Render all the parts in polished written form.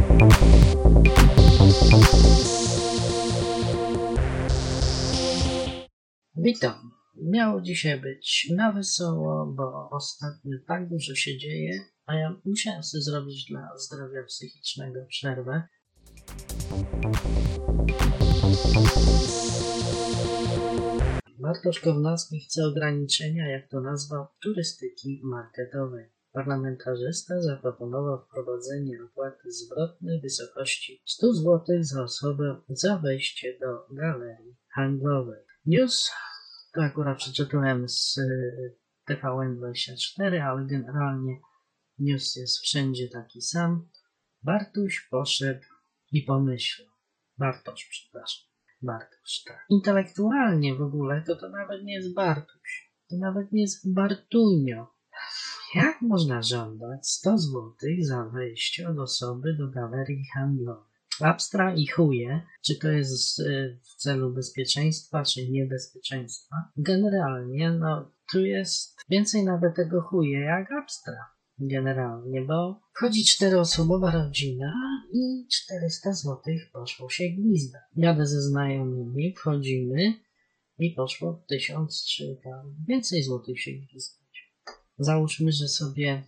Witam. Miało dzisiaj być na wesoło, bo ostatnio tak dużo się dzieje, a ja musiałem sobie zrobić dla zdrowia psychicznego przerwę. Bartosz Kownacki chce ograniczenia, jak to nazwał, turystyki marketowej. Parlamentarzysta zaproponował wprowadzenie opłaty zwrotnej w wysokości 100 zł za osobę za wejście do galerii handlowej. News to akurat przeczytałem z TVN24, ale generalnie news jest wszędzie taki sam. Bartuś poszedł i pomyślał. Bartosz, tak. Intelektualnie w ogóle to nawet nie jest Bartuś. To nawet nie jest Bartunio. Jak można żądać 100 zł za wejście od osoby do galerii handlowej? Abstrahuje, czy to jest w celu bezpieczeństwa, czy niebezpieczeństwa. Generalnie, tu jest więcej nawet tego chuje jak abstra. Generalnie, bo wchodzi 4-osobowa rodzina i 400 zł poszło się gwizda. Jadę ze znajomymi, wchodzimy i poszło 1000 czy tam więcej złotych się gwizdać. Załóżmy, że sobie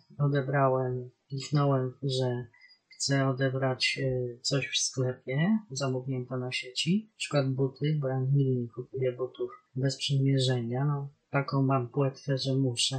kliknąłem, że chcę odebrać coś w sklepie, zamówiłem to na sieci, na przykład buty, bo ja nigdy nie kupuję butów bez przymierzenia, taką mam płetwę, że muszę.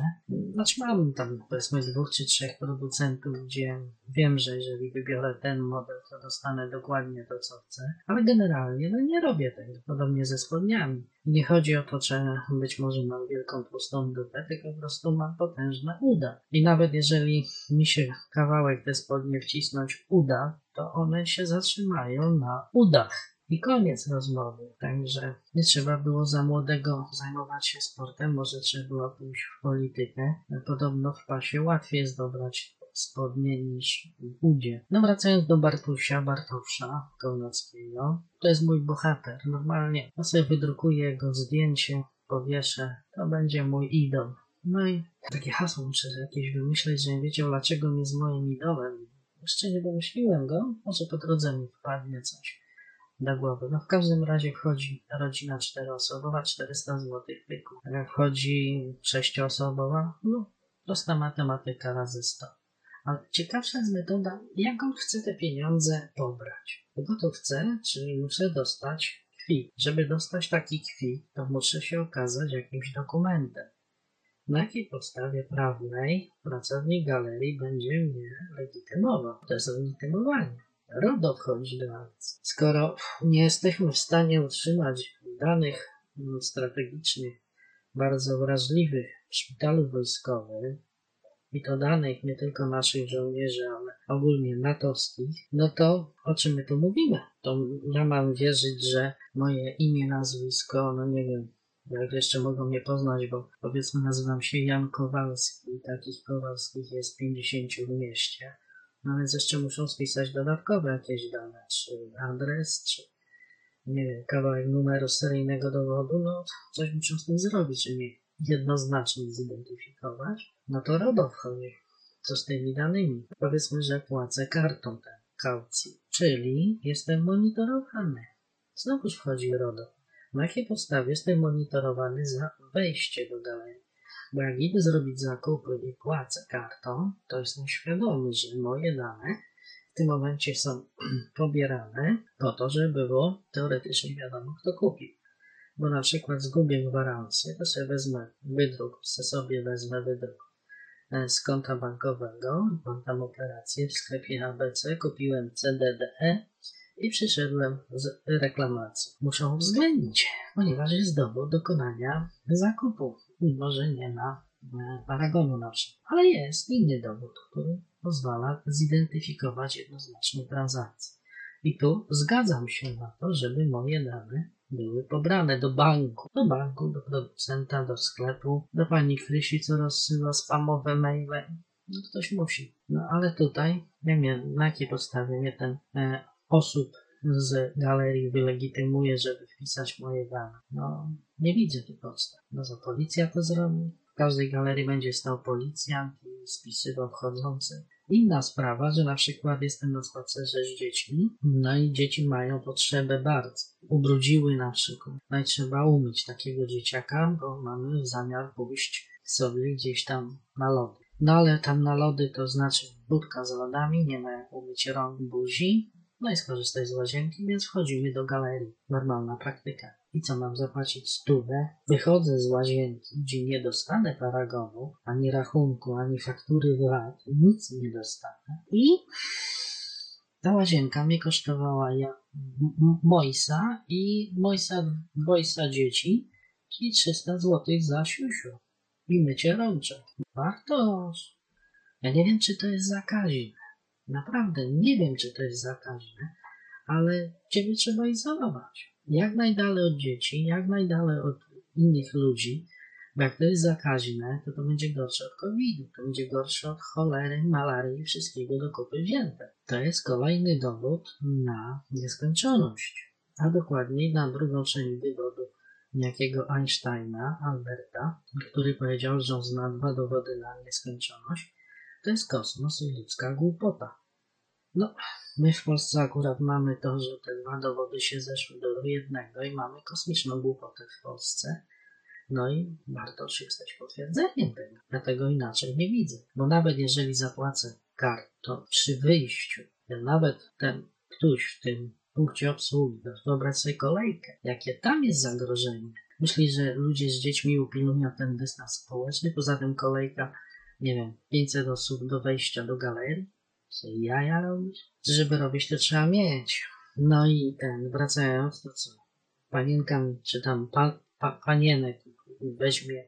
Mam tam powiedzmy 2 czy 3 producentów, gdzie wiem, że jeżeli wybiorę ten model, to dostanę dokładnie to, co chcę, ale generalnie nie robię tego, podobnie ze spodniami. Nie chodzi o to, że być może mam wielką tłustą dupę, tylko po prostu mam potężne uda. I nawet jeżeli mi się kawałek te spodnie wcisnąć uda, to one się zatrzymają na udach. I koniec rozmowy. Także nie trzeba było za młodego zajmować się sportem, może trzeba było pójść w politykę. Podobno w pasie łatwiej jest dobrać spodnie niż w udzie. Wracając do Bartosza Kownackiego, to jest mój bohater. Normalnie ja sobie wydrukuję jego zdjęcie, powieszę, to będzie mój idol. I takie hasło muszę jakieś wymyśleć, że nie wiedział, dlaczego nie jest moim idolem. Jeszcze nie domyśliłem go, może po drodze mi wpadnie coś do głowy. W każdym razie wchodzi rodzina 4-osobowa, 400 zł pyku. Jak wchodzi 6-osobowa, prosta matematyka razy 100. Ale ciekawsza jest metoda, jak on chce te pieniądze pobrać. Bo to chce, czyli muszę dostać kwit. Żeby dostać taki kwit, to muszę się okazać jakimś dokumentem. Na jakiej podstawie prawnej pracownik galerii będzie mnie legitymował? To jest legitymowanie. RODO wchodzi do akcji. Skoro nie jesteśmy w stanie utrzymać danych strategicznych, bardzo wrażliwych w szpitalu wojskowym, i to danych nie tylko naszych żołnierzy, ale ogólnie natowskich, to o czym my tu mówimy? To ja mam wierzyć, że moje imię, nazwisko, nie wiem, jak jeszcze mogą mnie poznać, bo powiedzmy nazywam się Jan Kowalski i takich Kowalskich jest 50 w mieście. Więc jeszcze muszą spisać dodatkowe jakieś dane, czy adres, czy nie wiem, kawałek numeru seryjnego dowodu, coś muszą z tym zrobić, żeby mnie jednoznacznie zidentyfikować. To RODO wchodzi. Co z tymi danymi? Powiedzmy, że płacę kartą tę kaucję, czyli jestem monitorowany. Znowuż wchodzi RODO. Na jakiej podstawie jestem monitorowany za wejście do galerii? Bo jak idę zrobić zakupy i płacę kartą, to jestem świadomy, że moje dane w tym momencie są pobierane po to, żeby było teoretycznie wiadomo, kto kupił. Bo na przykład zgubię gwarancję, to sobie wezmę wydruk, wezmę wydruk z konta bankowego, mam tam operację w sklepie ABC, kupiłem CDDE i przyszedłem z reklamacją. Muszą uwzględnić, ponieważ jest dowód dokonania zakupu, mimo że nie ma paragonu na przykład. Ale jest inny dowód, który pozwala zidentyfikować jednoznacznie transakcję. I tu zgadzam się na to, żeby moje dane były pobrane do banku, do producenta, do sklepu, do pani Krysi, co rozsyła spamowe maile. Ktoś musi. Ale tutaj, na jakiej podstawie mnie ten osób z galerii wylegitymuje, żeby wpisać moje dane? Nie widzę tu podstaw. Co policja to zrobi? W każdej galerii będzie stał policjant i spisywał wchodzący. Inna sprawa, że na przykład jestem na spacerze z dziećmi, no i dzieci mają potrzebę bardzo. Ubrudziły na przykład. No i trzeba umyć takiego dzieciaka, bo mamy zamiar pójść sobie gdzieś tam na lody. No ale tam na lody to znaczy budka z lodami, nie ma jak umyć rąk, buzi, no i skorzystać z łazienki, więc wchodzimy do galerii. Normalna praktyka. I co, mam zapłacić 100? Wychodzę z łazienki, gdzie nie dostanę paragonu, ani rachunku, ani faktury VAT, nic nie dostanę. I ta łazienka mnie kosztowała dwojsa dzieci, i 300 zł za siusiu. I mycie rączek. Bartosz, ja nie wiem, czy to jest zakaźne. Naprawdę nie wiem, czy to jest zakaźne, ale ciebie trzeba izolować. Jak najdalej od dzieci, jak najdalej od innych ludzi, bo jak to jest zakaźne, to będzie gorsze od COVID-u, to będzie gorsze od cholery, malarii i wszystkiego do kupy wzięte. To jest kolejny dowód na nieskończoność, a dokładniej na drugą część wywodu niejakiego Einsteina, Alberta, który powiedział, że on zna 2 dowody na nieskończoność. To jest kosmos i ludzka głupota. No, my w Polsce akurat mamy to, że te 2 dowody się zeszły do jednego i mamy kosmiczną głupotę w Polsce. No i Bartosz, jesteś potwierdzeniem tego. Ja tego inaczej nie widzę. Bo nawet jeżeli zapłacę kartą, to przy wyjściu, nawet ten ktoś w tym punkcie obsługi, wyobraź sobie kolejkę, jakie tam jest zagrożenie. Myślisz, że ludzie z dziećmi upilnują ten dystans społeczny? Poza tym kolejka, nie wiem, 500 osób do wejścia do galerii? Co jaja robić? Żeby robić, to trzeba mieć. No i wracając, to co? Panienka, czy tam panienek weźmie,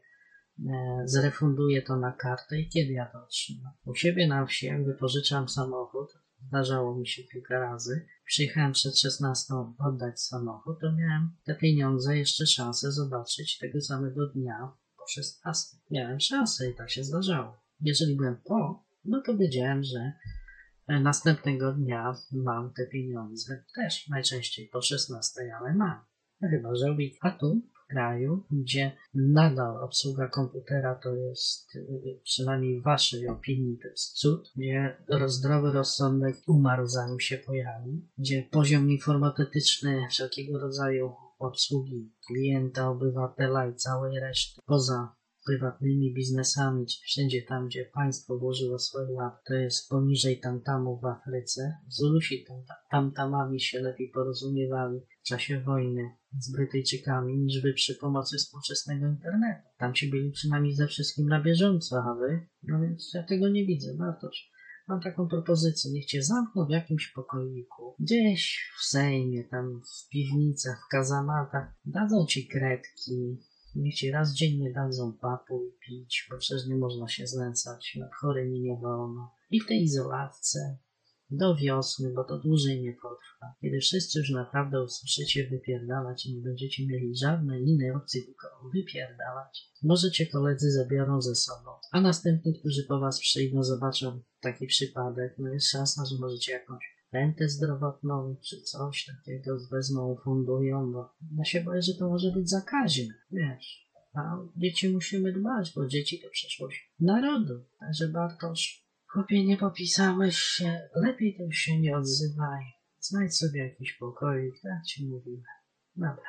zrefunduje to na kartę i kiedy ja to otrzymam? U siebie na wsi, jak wypożyczam samochód, zdarzało mi się kilka razy, przyjechałem przed 16 oddać samochód, to miałem te pieniądze jeszcze szansę zobaczyć tego samego dnia po 16. Miałem szansę i tak się zdarzało. Jeżeli byłem no to wiedziałem, że następnego dnia mam te pieniądze też, najczęściej po 16, ale mam. Chyba, że a tu w kraju, gdzie nadal obsługa komputera to jest, przynajmniej w waszej opinii, to jest cud, gdzie zdrowy rozsądek umarł zanim się pojawił, gdzie poziom informatyczny wszelkiego rodzaju obsługi klienta, obywatela i całej reszty, poza prywatnymi biznesami, czy wszędzie tam, gdzie państwo włożyło swoje łapy, to jest poniżej tamtamów w Afryce. Zulusi tamtamami się lepiej porozumiewali w czasie wojny z Brytyjczykami, niż wy przy pomocy współczesnego internetu. Tam się byli przynajmniej ze wszystkim na bieżąco, a wy? No więc ja tego nie widzę, Bartosz. Mam taką propozycję, niech cię zamkną w jakimś pokoiku, gdzieś w Sejmie, tam w piwnicach, w kazamatach, dadzą ci kredki, niech ci raz dziennie dadzą papu i pić, bo przecież nie można się znęcać, nad chorymi nie wolno. I w tej izolatce do wiosny, bo to dłużej nie potrwa. Kiedy wszyscy już naprawdę usłyszycie wypierdalać i nie będziecie mieli żadnej innej opcji, tylko wypierdalać, może cię koledzy zabiorą ze sobą, a następni, którzy po was przyjdą, zobaczą taki przypadek, no jest szansa, że możecie jakąś rentę zdrowotną czy coś takiego wezmą, fundują, bo ja się boję, że to może być zakaźne, wiesz. A dzieci musimy dbać, bo dzieci to przyszłość narodu. Także Bartosz, chłopie, nie popisałeś się, lepiej to już się nie odzywaj. Znajdź sobie jakiś pokoik, tak ci mówimy. Dobra.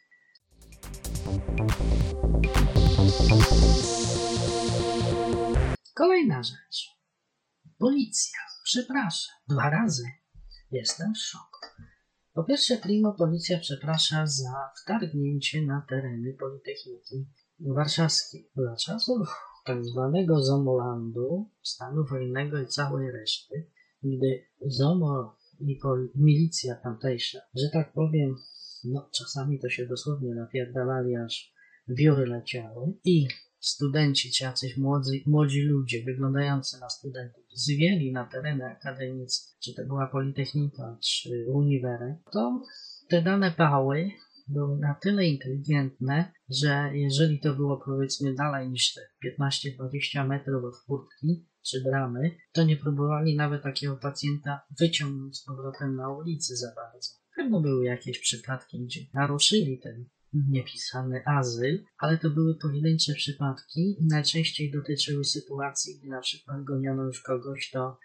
Kolejna rzecz. Policja. Przepraszam. 2 razy. Jestem w szoku. Po pierwsze, primo policja przeprasza za wtargnięcie na tereny Politechniki Warszawskiej dla czasów tak zwanego Zomolandu, stanu wojennego i całej reszty, gdy ZOMO i milicja tamtejsza, że tak powiem, no czasami to się dosłownie napierdalali, aż wióry leciały i studenci czy jacyś młodzi ludzie wyglądający na studentów zwieli na tereny akademickie, czy to była Politechnika, czy Uniwerek, to te dane pały były na tyle inteligentne, że jeżeli to było powiedzmy dalej niż te 15-20 metrów od furtki czy bramy, to nie próbowali nawet takiego pacjenta wyciągnąć z powrotem na ulicy za bardzo. Pewno były jakieś przypadki, gdzie naruszyli ten niepisany azyl, ale to były pojedyncze przypadki i najczęściej dotyczyły sytuacji, gdy na przykład goniono już kogoś, kto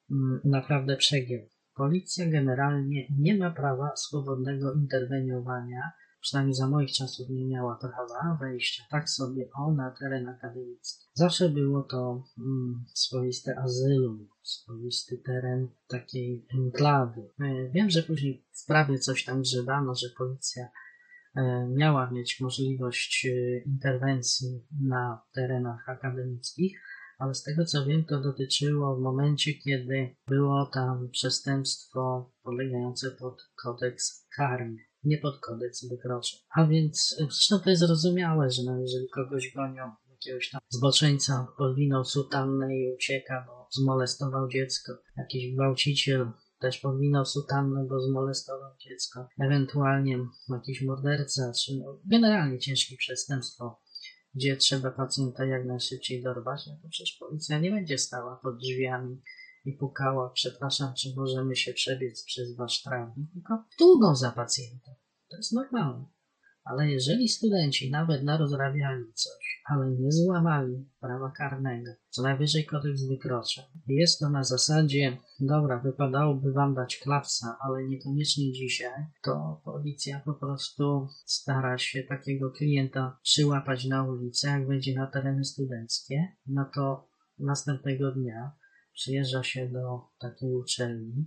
naprawdę przegięły. Policja generalnie nie ma prawa swobodnego interweniowania, przynajmniej za moich czasów nie miała prawa wejścia tak sobie na teren akademicki. Zawsze było to swoiste azylum, swoisty teren takiej enklawy. Wiem, że później w prawie coś tam grzebano, że policja miała mieć możliwość interwencji na terenach akademickich, ale z tego co wiem, to dotyczyło w momencie, kiedy było tam przestępstwo polegające pod kodeks karny, nie pod kodeks wykroczeń. A więc zresztą to jest zrozumiałe, że jeżeli kogoś gonią, jakiegoś tam zboczeńca podwinął sutannę i ucieka, bo zmolestował dziecko, jakiś gwałciciel też podwinął sutannę, bo zmolestował dziecko, ewentualnie jakiś morderca, czy generalnie ciężkie przestępstwo, gdzie trzeba pacjenta jak najszybciej dorwać, no to przecież policja nie będzie stała pod drzwiami i pukała, przepraszam, czy możemy się przebiec przez wasz trawnik, tylko długą za pacjentem. To jest normalne. Ale jeżeli studenci nawet narozrabiali coś, ale nie złamali prawa karnego, co najwyżej kodeks wykroczeń, jest to na zasadzie, dobra, wypadałoby wam dać klapsa, ale niekoniecznie dzisiaj, to policja po prostu stara się takiego klienta przyłapać na ulicy, jak będzie na tereny studenckie, no to następnego dnia przyjeżdża się do takiej uczelni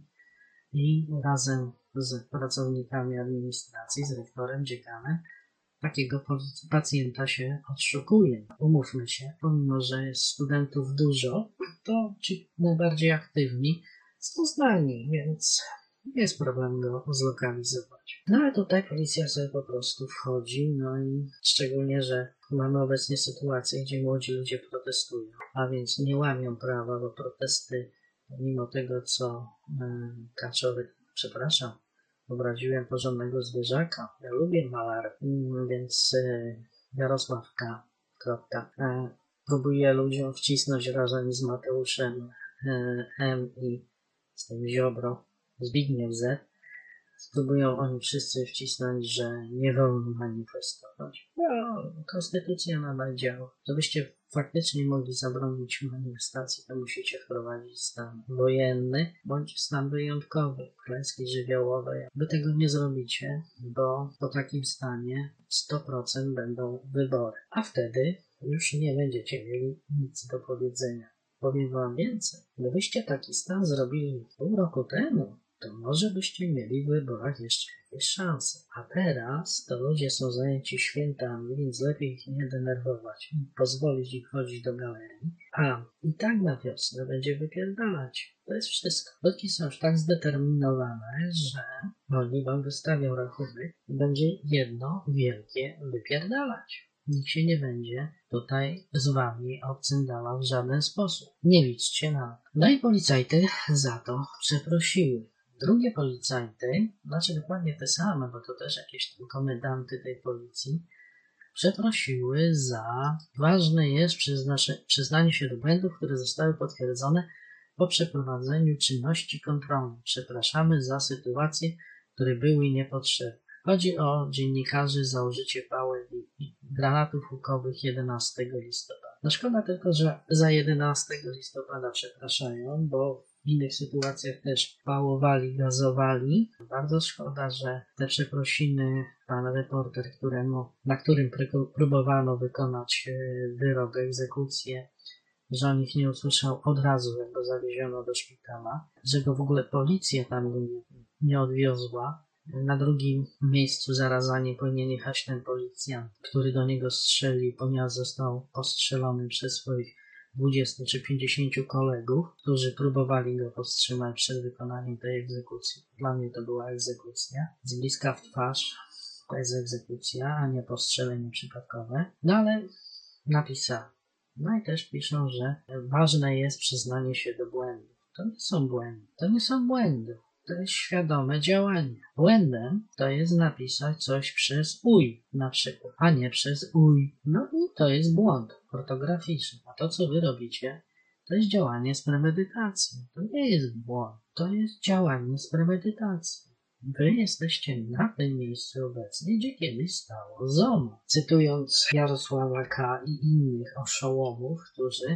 i razem z pracownikami administracji, z rektorem, dziekanem, takiego pacjenta się odszukuje. Umówmy się, pomimo że jest studentów dużo, to ci najbardziej aktywni są znani, więc nie jest problem go zlokalizować. No ale tutaj policja sobie po prostu wchodzi, no i szczególnie, że mamy obecnie sytuację, gdzie młodzi ludzie protestują, a więc nie łamią prawa, bo protesty, mimo tego co Kaczory, przepraszam, obraziłem porządnego zwierzaka. Ja lubię malar, więc Jarosław K. Próbuje ludziom wcisnąć razem z Mateuszem M. i z tym Ziobro, Zbigniew Z. Spróbują oni wszyscy wcisnąć, że nie wolno manifestować. No, konstytucja nadal działa. Żebyście faktycznie mogli zabronić manifestacji, to musicie wprowadzić stan wojenny bądź stan wyjątkowy, klęski żywiołowe. Wy tego nie zrobicie, bo po takim stanie 100% będą wybory. A wtedy już nie będziecie mieli nic do powiedzenia. Powiem wam więcej. Gdybyście taki stan zrobili pół roku temu, to może byście mieli w wyborach jeszcze jakieś szanse. A teraz to ludzie są zajęci świętami, więc lepiej ich nie denerwować i pozwolić im chodzić do galerii. A i tak na wiosnę będzie wypierdalać. To jest wszystko. Ludzie są już tak zdeterminowane, że oni wam wystawią rachunek i będzie jedno wielkie wypierdalać. Nikt się nie będzie tutaj z wami obcyndalał w żaden sposób. Nie liczcie na to. No i policajty za to przeprosiły. Drugie policajty, znaczy dokładnie te same, bo to też jakieś tam komendanty tej policji, przeprosiły za ważne jest przyznanie się do błędów, które zostały potwierdzone po przeprowadzeniu czynności kontrolnych. Przepraszamy za sytuacje, które były niepotrzebne. Chodzi o dziennikarzy za użycie pałek i granatów hukowych 11 listopada. No szkoda tylko, że za 11 listopada przepraszają, bo w innych sytuacjach też pałowali, gazowali. Bardzo szkoda, że te przeprosiny pan reporter, na którym próbowano wykonać wyrok, egzekucję, że on ich nie usłyszał od razu, jak go zawieziono do szpitala, że go w ogóle policja tam nie odwiozła. Na drugim miejscu zarazanie powinien jechać ten policjant, który do niego strzelił, ponieważ został postrzelony przez swoich 20 czy 50 kolegów, którzy próbowali go powstrzymać przed wykonaniem tej egzekucji. Dla mnie to była egzekucja. Z bliska w twarz to jest egzekucja, a nie postrzelenie przypadkowe. No ale napisałem. No i też piszą, że ważne jest przyznanie się do błędów. To nie są błędy. To nie są błędy. To jest świadome działanie. Błędem to jest napisać coś przez uj na przykład, a nie przez uj. No i to jest błąd ortograficzny. A to, co wy robicie, to jest działanie z premedytacji. To nie jest błąd. To jest działanie z premedytacji. Wy jesteście na tym miejscu obecnie, gdzie kiedyś stało ZOMO. Cytując Jarosława K. i innych oszołomów, którzy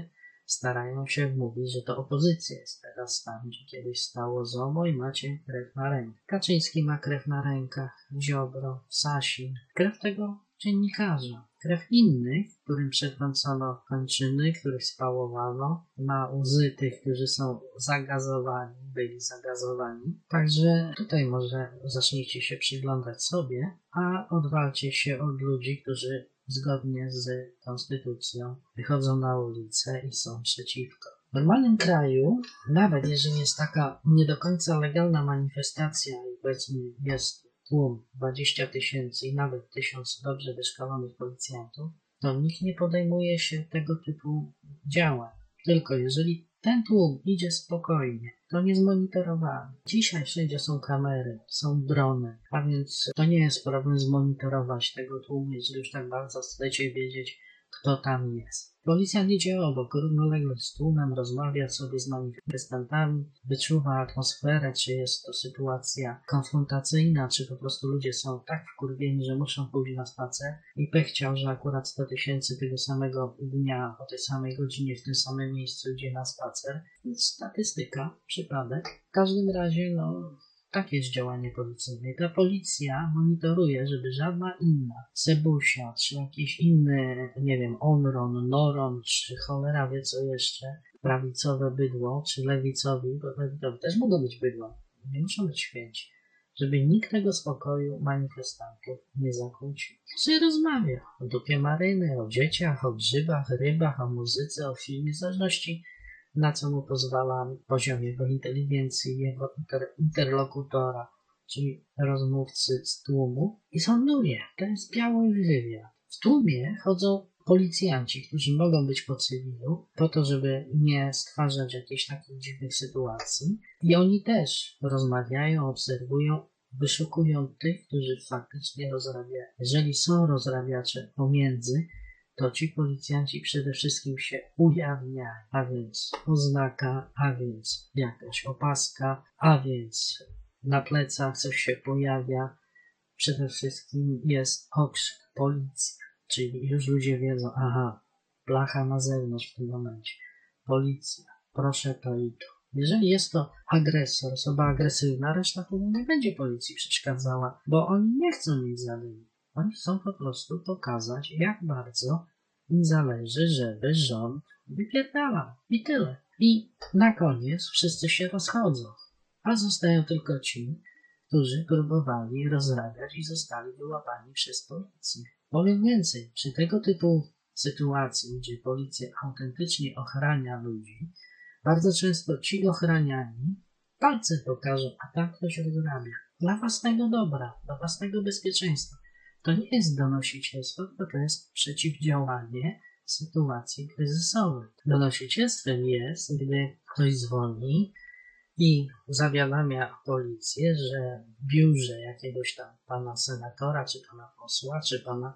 starają się mówić, że to opozycja jest teraz tam, gdzie kiedyś stało ZOMO i macie krew na rękach. Kaczyński ma krew na rękach, Ziobro, Sasin, krew tego dziennikarza. Krew innych, którym przetrącono kończyny, których spałowano, ma łzy tych, którzy są zagazowani, byli zagazowani. Także tutaj może zacznijcie się przyglądać sobie, a odwalcie się od ludzi, którzy zgodnie z konstytucją wychodzą na ulicę i są przeciwko. W normalnym kraju, nawet jeżeli jest taka nie do końca legalna manifestacja i powiedzmy jest tłum 20 000 i nawet 1000 dobrze wyszkolonych policjantów, to nikt nie podejmuje się tego typu działań. Tylko jeżeli ten tłum idzie spokojnie, to nie zmonitorowany. Dzisiaj wszędzie są kamery, są drony, a więc to nie jest problem zmonitorować tego tłumu, jeżeli już tak bardzo chcecie wiedzieć, kto tam jest. Policjant idzie obok, równolegle z tłumem, rozmawia sobie z manifestantami, wyczuwa atmosferę, czy jest to sytuacja konfrontacyjna, czy po prostu ludzie są tak wkurwieni, że muszą pójść na spacer i pech chciał, że akurat 100 000 tego samego dnia, o tej samej godzinie, w tym samym miejscu idzie na spacer. Więc statystyka, przypadek. W każdym razie, takie jest działanie policyjne. Ta policja monitoruje, żeby żadna inna Sebusia, czy jakiś inny, nie wiem, Onron, Noron, czy cholera wie co jeszcze, prawicowe bydło, czy lewicowi, bo lewicowi też mogą być bydła, nie muszą być święci, żeby nikt tego spokoju manifestantów nie zakłócił. Czy rozmawia o dupie maryny, o dzieciach, o grzybach, rybach, o muzyce, o filmie, w zależności na co mu pozwala poziom jego inteligencji, jego interlokutora, czyli rozmówcy z tłumu. I sąduje, to jest biały wywiad. W tłumie chodzą policjanci, którzy mogą być po cywilu, po to, żeby nie stwarzać jakichś takich dziwnych sytuacji. I oni też rozmawiają, obserwują, wyszukują tych, którzy faktycznie rozrabiają. Jeżeli są rozrabiacze pomiędzy, to ci policjanci przede wszystkim się ujawniają, a więc oznaka, a więc jakaś opaska, a więc na plecach coś się pojawia. Przede wszystkim jest okrzyk policja, czyli już ludzie wiedzą, aha, blacha na zewnątrz w tym momencie, policja, proszę to i to. Jeżeli jest to agresor, osoba agresywna, reszta tłumu nie będzie policji przeszkadzała, bo oni nie chcą nic zadymić. Oni chcą po prostu pokazać, jak bardzo im zależy, żeby rząd wypierdalał. I tyle. I na koniec wszyscy się rozchodzą, a zostają tylko ci, którzy próbowali rozrabiać i zostali wyłapani przez policję. Powiem więcej, przy tego typu sytuacji, gdzie policja autentycznie ochrania ludzi, bardzo często ci ochraniani palce pokażą, a tam ktoś rozrabia. Dla własnego dobra, dla własnego bezpieczeństwa. To nie jest donosicielstwo, tylko to jest przeciwdziałanie sytuacji kryzysowej. Donosicielstwem jest, gdy ktoś dzwoni i zawiadamia policję, że w biurze jakiegoś tam pana senatora, czy pana posła, czy pana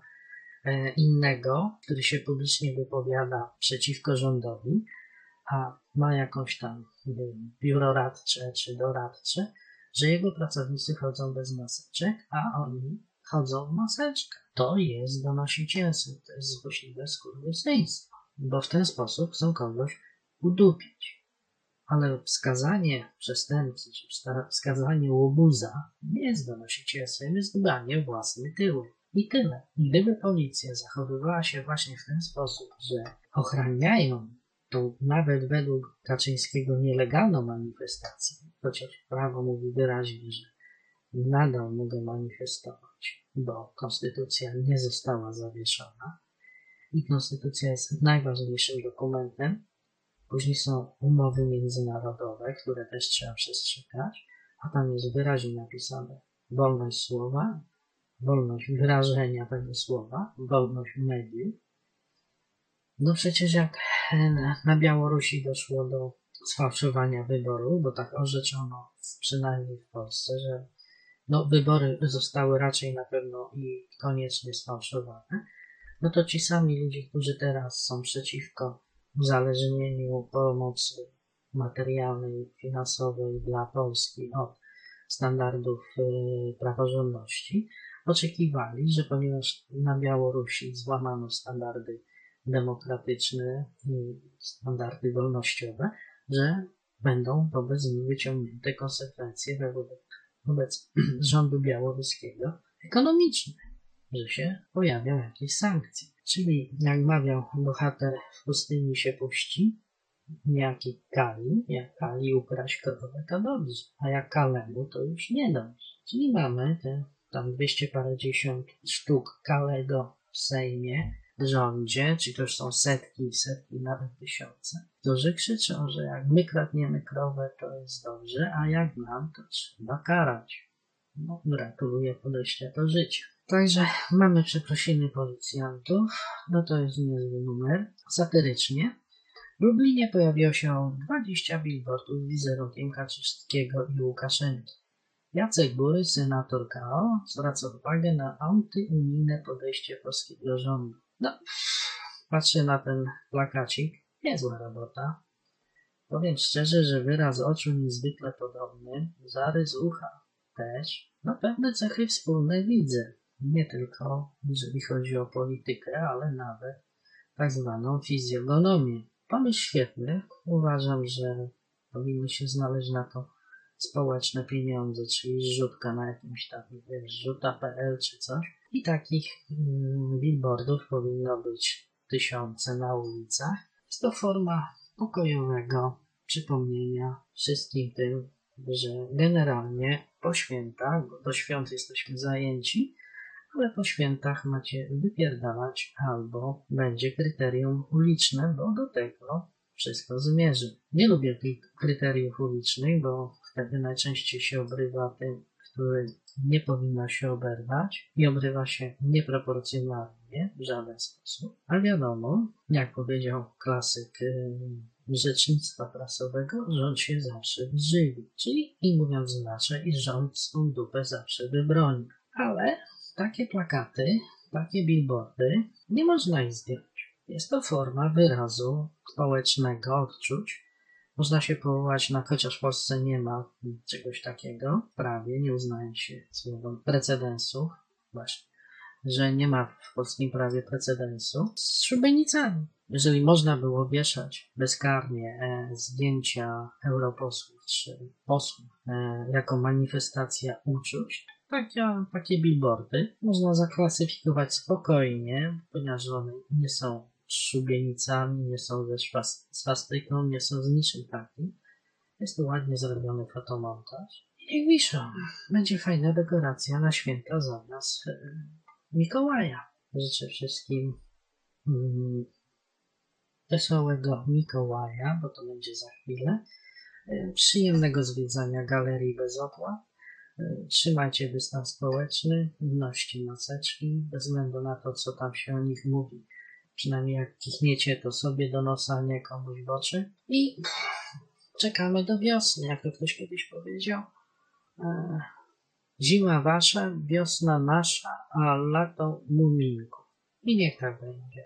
innego, który się publicznie wypowiada przeciwko rządowi, a ma jakąś tam biuro radcze czy doradcze, że jego pracownicy chodzą bez maseczek, a oni chodzą w maseczkach. To jest donosicielstwo, to jest złośliwe skurwysyństwo, bo w ten sposób chcą kogoś udupić. Ale wskazanie przestępcy, czy wskazanie łobuza nie jest donosicielstwem, jest dbanie własny tyłek. I tyle. Gdyby policja zachowywała się właśnie w ten sposób, że ochraniają tą nawet według Kaczyńskiego nielegalną manifestację, chociaż prawo mówi wyraźnie, że nadal mogę manifestować, bo konstytucja nie została zawieszona i konstytucja jest najważniejszym dokumentem. Później są umowy międzynarodowe, które też trzeba przestrzegać, a tam jest wyraźnie napisane wolność słowa, wolność wyrażenia tego słowa, wolność mediów. No przecież jak na Białorusi doszło do sfałszowania wyborów, bo tak orzeczono przynajmniej w Polsce, że wybory zostały raczej na pewno i koniecznie sfałszowane, no to ci sami ludzie, którzy teraz są przeciwko uzależnieniu pomocy materialnej, finansowej dla Polski od standardów praworządności, oczekiwali, że ponieważ na Białorusi złamano standardy demokratyczne i standardy wolnościowe, że będą wobec nich wyciągnięte konsekwencje wobec rządu białoruskiego ekonomiczne, że się pojawią jakieś sankcje. Czyli jak mawiał bohater, w pustyni się puści, jaki Kali, jak Kali ukraść krowę, to dobrze, a jak Kalemu, to już nie dobrze. Czyli mamy te tam 200 parędziesiąt sztuk Kalego w Sejmie, w rządzie, czy to już są setki, nawet tysiące, którzy krzyczą, że jak my kradniemy krowę, to jest dobrze, a jak nam, to trzeba karać. No, gratuluję podejścia do życia. Także mamy przeprosiny policjantów, no to jest niezły numer. Satyrycznie. W Lublinie pojawiło się 20 billboardów z wizerunkiem Kaczyńskiego i Łukaszenki. Jacek Bury, senator KO, zwraca uwagę na antyunijne podejście polskiego rządu. No, patrzę na ten plakacik, niezła robota. Powiem szczerze, że wyraz oczu niezwykle podobny, zarys ucha też. No, pewne cechy wspólne widzę. Nie tylko jeżeli chodzi o politykę, ale nawet tak zwaną fizjonomię. Pomysł świetny. Uważam, że powinny się znaleźć na to społeczne pieniądze, czyli zrzutka na jakimś takim, zrzuta.pl czy coś. I takich billboardów powinno być tysiące na ulicach. Jest to forma pokojowego przypomnienia wszystkim tym, że generalnie po świętach, bo do świąt jesteśmy zajęci, ale po świętach macie wypierdalać albo będzie kryterium uliczne, bo do tego wszystko zmierzy. Nie lubię tych kryteriów ulicznych, bo wtedy najczęściej się obrywa tym, który nie powinno się oberwać i obrywa się nieproporcjonalnie w żaden sposób. A wiadomo, jak powiedział klasyk rzecznictwa prasowego, rząd się zawsze wyżywi. Czyli i mówiąc inaczej, rząd swą dupę zawsze wybroni. Ale takie plakaty, takie billboardy nie można ich zdjąć. Jest to forma wyrazu społecznego odczuć. Można się powołać na, chociaż w Polsce nie ma czegoś takiego w prawie, nie uznaje się słowem precedensów, właśnie, że nie ma w polskim prawie precedensu z szubienicami. Jeżeli można było wieszać bezkarnie zdjęcia europosłów czy posłów jako manifestacja uczuć, takie billboardy można zaklasyfikować spokojnie, ponieważ one nie są szubienicami, nie są ze swastyką, nie są z niczym takim. Jest to ładnie zrobiony fotomontaż. I niech wiszą. Będzie fajna dekoracja na święta zamiast Mikołaja. Życzę wszystkim wesołego Mikołaja, bo to będzie za chwilę. Przyjemnego zwiedzania galerii bez opłat. Trzymajcie dystans społeczny, noście maseczki, bez względu na to, co tam się o nich mówi. Przynajmniej jak kichniecie, to sobie do nosa, nie komuś w oczy. I czekamy do wiosny, jak to ktoś kiedyś powiedział. Zima wasza, wiosna nasza, a lato muminku. I niech tak będzie.